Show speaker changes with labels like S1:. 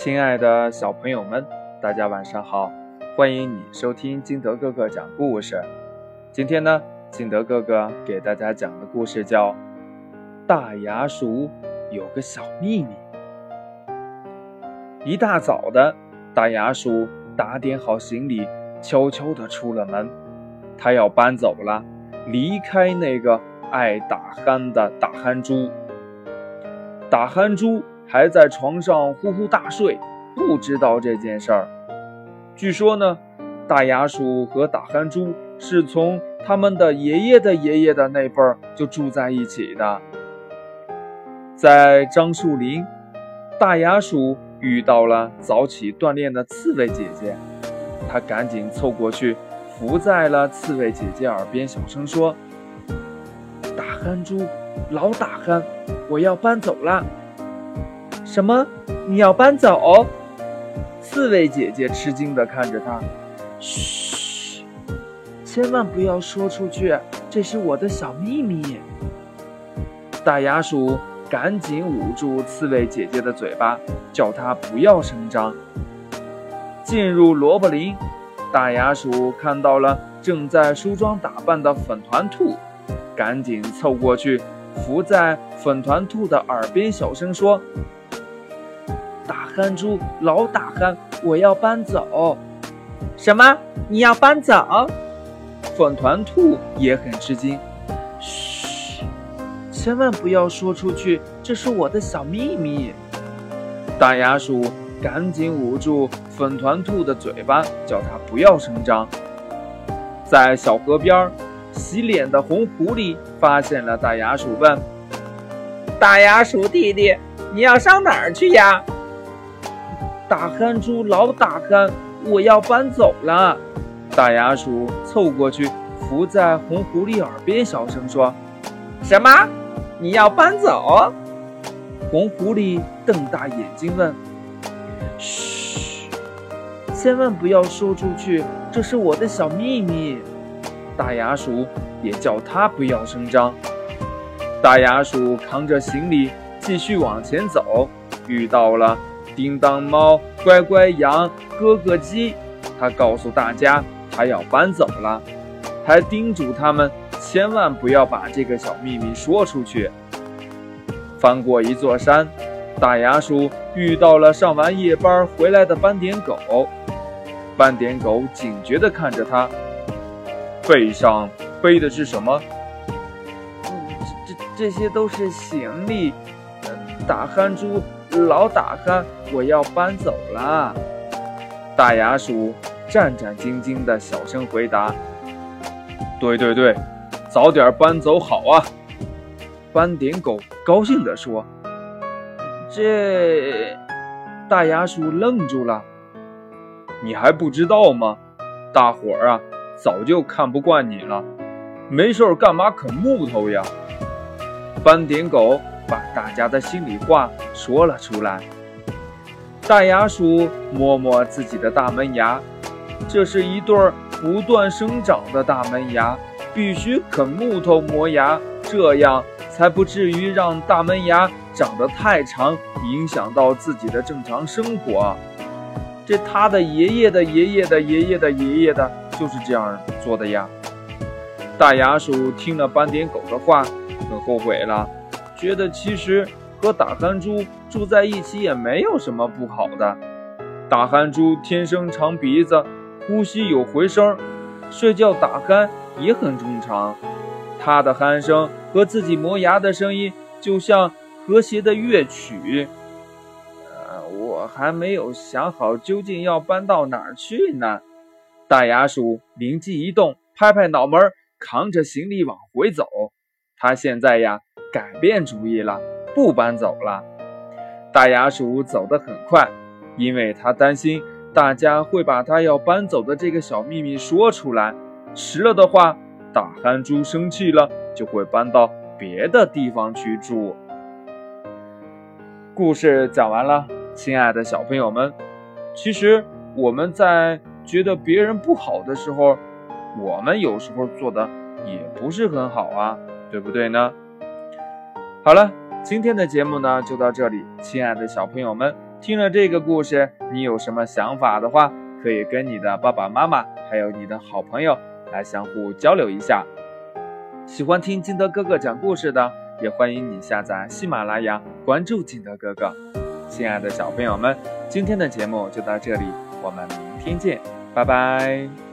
S1: 亲爱的小朋友们，大家晚上好，欢迎你收听金德哥哥讲故事。今天呢，金德哥哥给大家讲的故事叫《大牙鼠有个小秘密》。一大早的，大牙鼠打点好行李，悄悄地出了门。他要搬走了，离开那个爱打鼾的大憨猪。大憨猪还在床上呼呼大睡，不知道这件事儿。据说呢，大牙鼠和大憨猪是从他们的爷爷的爷爷的那辈儿就住在一起的。在樟树林，大牙鼠遇到了早起锻炼的刺猬姐姐，他赶紧凑过去，伏在了刺猬姐姐耳边，小声说：“大憨猪，老大憨，我要搬走了。”什么？你要搬走？刺猬姐姐吃惊地看着他。嘘，千万不要说出去，这是我的小秘密。大牙鼠赶紧捂住刺猬姐姐的嘴巴，叫她不要声张。进入萝卜林，大牙鼠看到了正在梳妆打扮的粉团兔，赶紧凑过去，伏在粉团兔的耳边，小声说：“大憨猪，老大憨，我要搬走。”什么？你要搬走？粉团兔也很吃惊。嘘，千万不要说出去，这是我的小秘密。大牙鼠赶紧捂住粉团兔的嘴巴，叫它不要声张。在小河边，洗脸的红狐狸发现了大牙鼠，问：“大牙鼠弟弟，你要上哪儿去呀？”大憨猪，老大憨，我要搬走了。大牙鼠凑过去，伏在红狐狸耳边，小声说：“什么？你要搬走？”红狐狸瞪大眼睛问：“嘘，千万不要说出去，这是我的小秘密。”大牙鼠也叫他不要声张。大牙鼠扛着行李继续往前走，遇到了叮当猫、乖乖羊、咯咯鸡，他告诉大家他要搬走了，还叮嘱他们千万不要把这个小秘密说出去。翻过一座山，大牙鼠遇到了上完夜班回来的斑点狗。斑点狗警觉地看着他，背上背的是什么？这些都是行李。大憨猪，老大憨，我要搬走了。大牙鼠战战兢兢地小声回答：“对，早点搬走好啊。”斑点狗高兴地说：“这……”大牙鼠愣住了。“你还不知道吗？大伙儿啊，早就看不惯你了，没事干嘛啃木头呀？”斑点狗把大家的心里话说了出来。大牙鼠摸摸自己的大门牙，这是一对不断生长的大门牙，必须啃木头磨牙，这样才不至于让大门牙长得太长，影响到自己的正常生活。这他的爷爷的爷爷的爷爷的爷爷的就是这样做的呀。大牙鼠听了斑点狗的话，很后悔了，觉得其实和大憨猪住在一起也没有什么不好的。大憨猪天生长鼻子，呼吸有回声，睡觉打鼾也很正常。他的鼾声和自己磨牙的声音就像和谐的乐曲。我还没有想好究竟要搬到哪儿去呢。大牙鼠灵机一动，拍拍脑门，扛着行李往回走。他现在呀，改变主意了，不搬走了。大牙鼠走得很快，因为他担心大家会把他要搬走的这个小秘密说出来，迟了的话，大憨猪生气了，就会搬到别的地方去住。故事讲完了，亲爱的小朋友们，其实我们在觉得别人不好的时候，我们有时候做的也不是很好啊，对不对呢？好了，今天的节目呢就到这里，亲爱的小朋友们， 听了这个故事，你有什么想法的话，可以跟你的爸爸妈妈还有你的好朋友来相互交流一下。喜欢听金德哥哥讲故事的，也欢迎你下载喜马拉雅，关注金德哥哥。亲爱的小朋友们，今天的节目就到这里，我们明天见，拜拜。